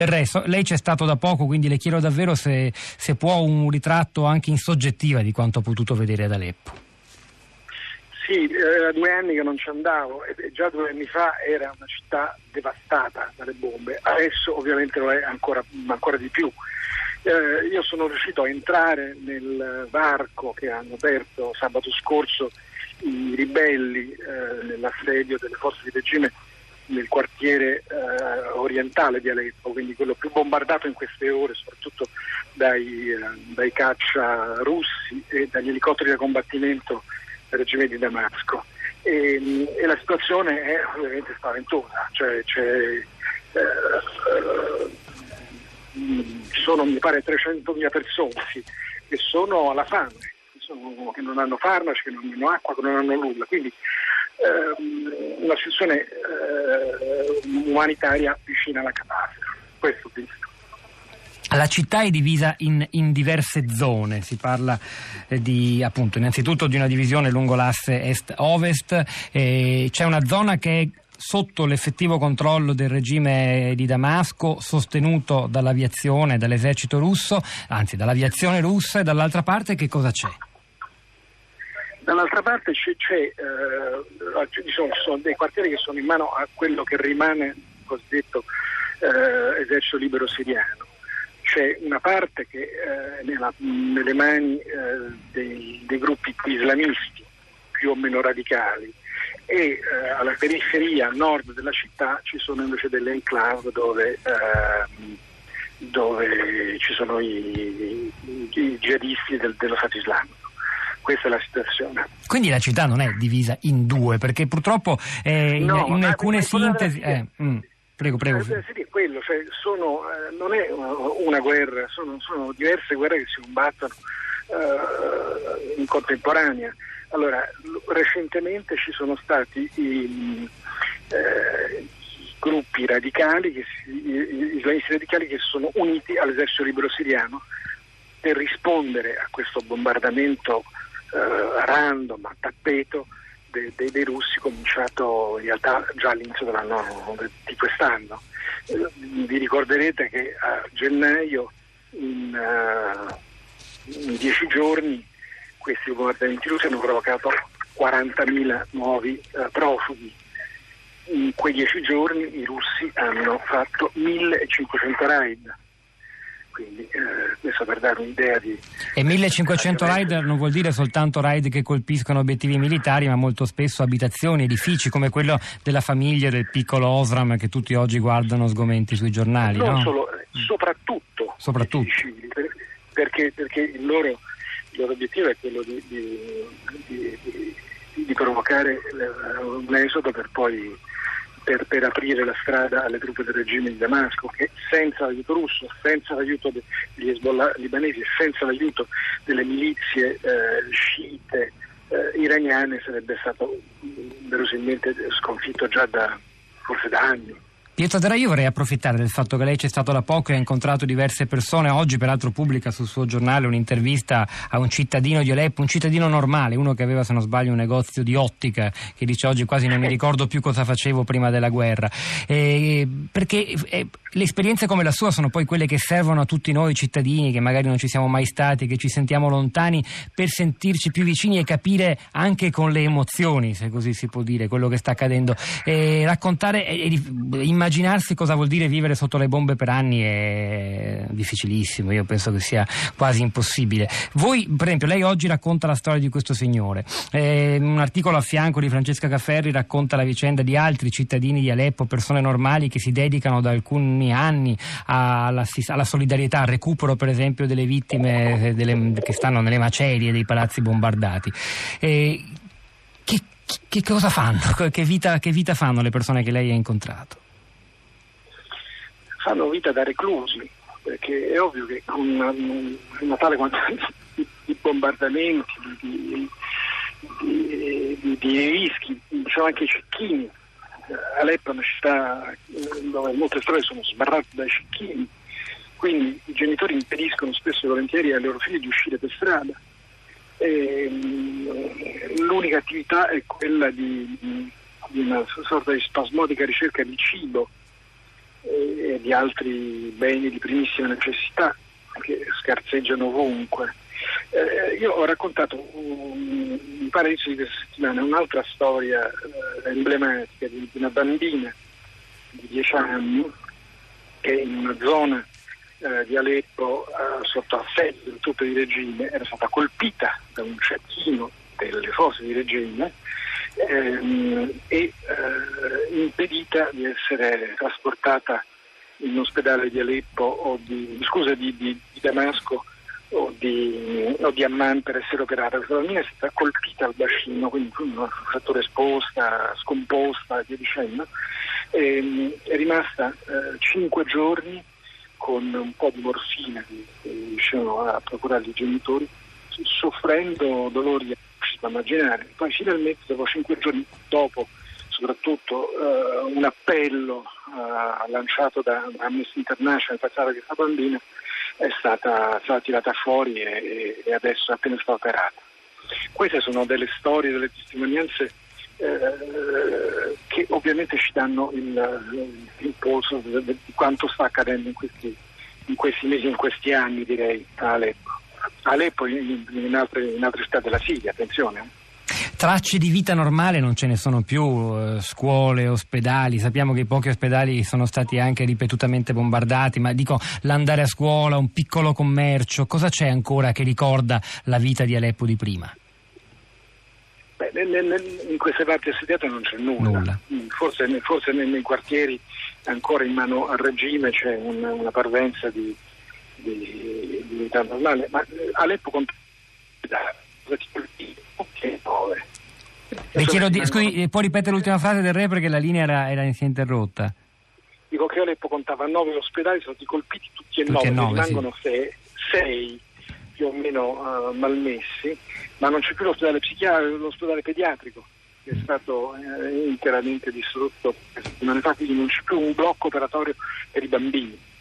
Del resto, lei c'è stato da poco, quindi le chiedo davvero se può un ritratto anche in soggettiva di quanto ha potuto vedere ad Aleppo. Sì, era 2 anni che non ci andavo e già 2 anni fa era una città devastata dalle bombe, adesso ovviamente lo è ancora di più. Io sono riuscito a entrare nel varco che hanno aperto sabato scorso i ribelli nell'assedio delle forze di regime nel quartiere orientale di Aleppo, quindi quello più bombardato in queste ore, soprattutto dai caccia russi e dagli elicotteri da combattimento del regime di Damasco. E la situazione è ovviamente spaventosa, cioè ci sono mi pare 300.000 persone che sono alla fame, che non hanno farmaci, che non hanno acqua, che non hanno nulla, quindi una situazione umanitaria vicina alla catastrofe. Questo ho visto. La città è divisa in diverse zone, si parla di appunto innanzitutto di una divisione lungo l'asse est-ovest, c'è una zona che è sotto l'effettivo controllo del regime di Damasco, sostenuto dall'aviazione, dall'esercito russo, anzi dall'aviazione russa, e dall'altra parte che cosa c'è? Dall'altra parte ci sono dei quartieri che sono in mano a quello che rimane il cosiddetto esercito libero siriano. C'è una parte che nelle mani dei gruppi islamisti più o meno radicali e alla periferia a nord della città ci sono invece delle enclave dove ci sono i jihadisti dello Stato islamico. Questa è la situazione. Quindi la città non è divisa in due, perché purtroppo in alcune sintesi... Prego. Sì, quello, cioè non è una guerra, sono diverse guerre che si combattono in contemporanea. Allora, recentemente ci sono stati i gruppi radicali, islamisti radicali, che sono uniti all'esercito libero siriano per rispondere a questo bombardamento random, a tappeto dei russi, cominciato in realtà già all'inizio dell'anno di quest'anno. Vi ricorderete che a gennaio in 10 giorni questi bombardamenti russi hanno provocato 40.000 nuovi profughi. In quei 10 giorni i russi hanno fatto 1.500 raid. Quindi questo per dare un'idea di... E 1.500 raid non vuol dire soltanto raid che colpiscono obiettivi militari, ma molto spesso abitazioni, edifici come quello della famiglia del piccolo Osram che tutti oggi guardano sgomenti sui giornali. Non no? Solo, soprattutto. Civili, perché il loro obiettivo è quello di provocare un esodo per poi per aprire la strada alle truppe del regime di Damasco, che senza l'aiuto russo, senza l'aiuto degli Hezbollah libanesi e senza l'aiuto delle milizie sciite iraniane sarebbe stato verosimilmente sconfitto già forse da anni. Pietro Terra, io vorrei approfittare del fatto che lei c'è stato da poco e ha incontrato diverse persone. Oggi peraltro pubblica sul suo giornale un'intervista a un cittadino di Aleppo, un cittadino normale, uno che aveva, se non sbaglio, un negozio di ottica, che dice oggi quasi non mi ricordo più cosa facevo prima della guerra, perché le esperienze come la sua sono poi quelle che servono a tutti noi cittadini che magari non ci siamo mai stati, che ci sentiamo lontani, per sentirci più vicini e capire anche con le emozioni, se così si può dire, quello che sta accadendo. Raccontare immaginarsi cosa vuol dire vivere sotto le bombe per anni è difficilissimo, io penso che sia quasi impossibile. Voi, per esempio, lei oggi racconta la storia di questo signore, un articolo a fianco di Francesca Cafferri racconta la vicenda di altri cittadini di Aleppo, persone normali che si dedicano da alcuni anni alla solidarietà, al recupero per esempio delle vittime che stanno nelle macerie dei palazzi bombardati. Che cosa fanno? Che vita fanno le persone che lei ha incontrato? Fanno vita da reclusi, perché è ovvio che con una tale quantità di bombardamenti, di rischi, sono anche i cecchini. Aleppo è una città dove molte strade sono sbarrate dai cecchini, quindi i genitori impediscono spesso e volentieri ai loro figli di uscire per strada. L'unica attività è quella di una sorta di spasmodica ricerca di cibo, e di altri beni di primissima necessità che scarseggiano ovunque. Io ho raccontato, mi pare all'inizio di questa settimana, un'altra storia emblematica di una bambina di 10 anni che in una zona di Aleppo sotto assedio del truppe di regime era stata colpita da un cecchino delle forze di regime e impedita di essere trasportata in ospedale di Aleppo o di Damasco o di Amman per essere operata. Questa bambina è stata colpita al bacino, quindi una frattura esposta, scomposta e via dicendo. È rimasta 5 giorni con un po' di morfina che riuscivano a procurare i genitori, soffrendo dolori immaginari. Poi finalmente, dopo 5 giorni dopo, soprattutto un appello lanciato da Amnesty International per fare questa bambina è stata tirata fuori e adesso è appena stata operata. Queste sono delle storie, delle testimonianze che ovviamente ci danno il polso di quanto sta accadendo in questi mesi, in questi anni, direi, a Aleppo e in altre città della Siria, attenzione. Tracce di vita normale non ce ne sono più, scuole, ospedali, sappiamo che i pochi ospedali sono stati anche ripetutamente bombardati, ma dico, l'andare a scuola, un piccolo commercio, cosa c'è ancora che ricorda la vita di Aleppo di prima? In queste parti assediate non c'è nulla. Forse nei quartieri ancora in mano al regime c'è una parvenza di vita normale, ma Aleppo Le chiedo scusi, può ripetere l'ultima frase del re perché la linea si è interrotta? Dico che Aleppo contava 9 ospedali, sono stati colpiti tutti e 9, rimangono 6 più o meno malmessi, ma non c'è più l'ospedale psichiatrico, l'ospedale pediatrico che è stato interamente distrutto settimane fa, quindi non c'è più un blocco operatorio per i bambini.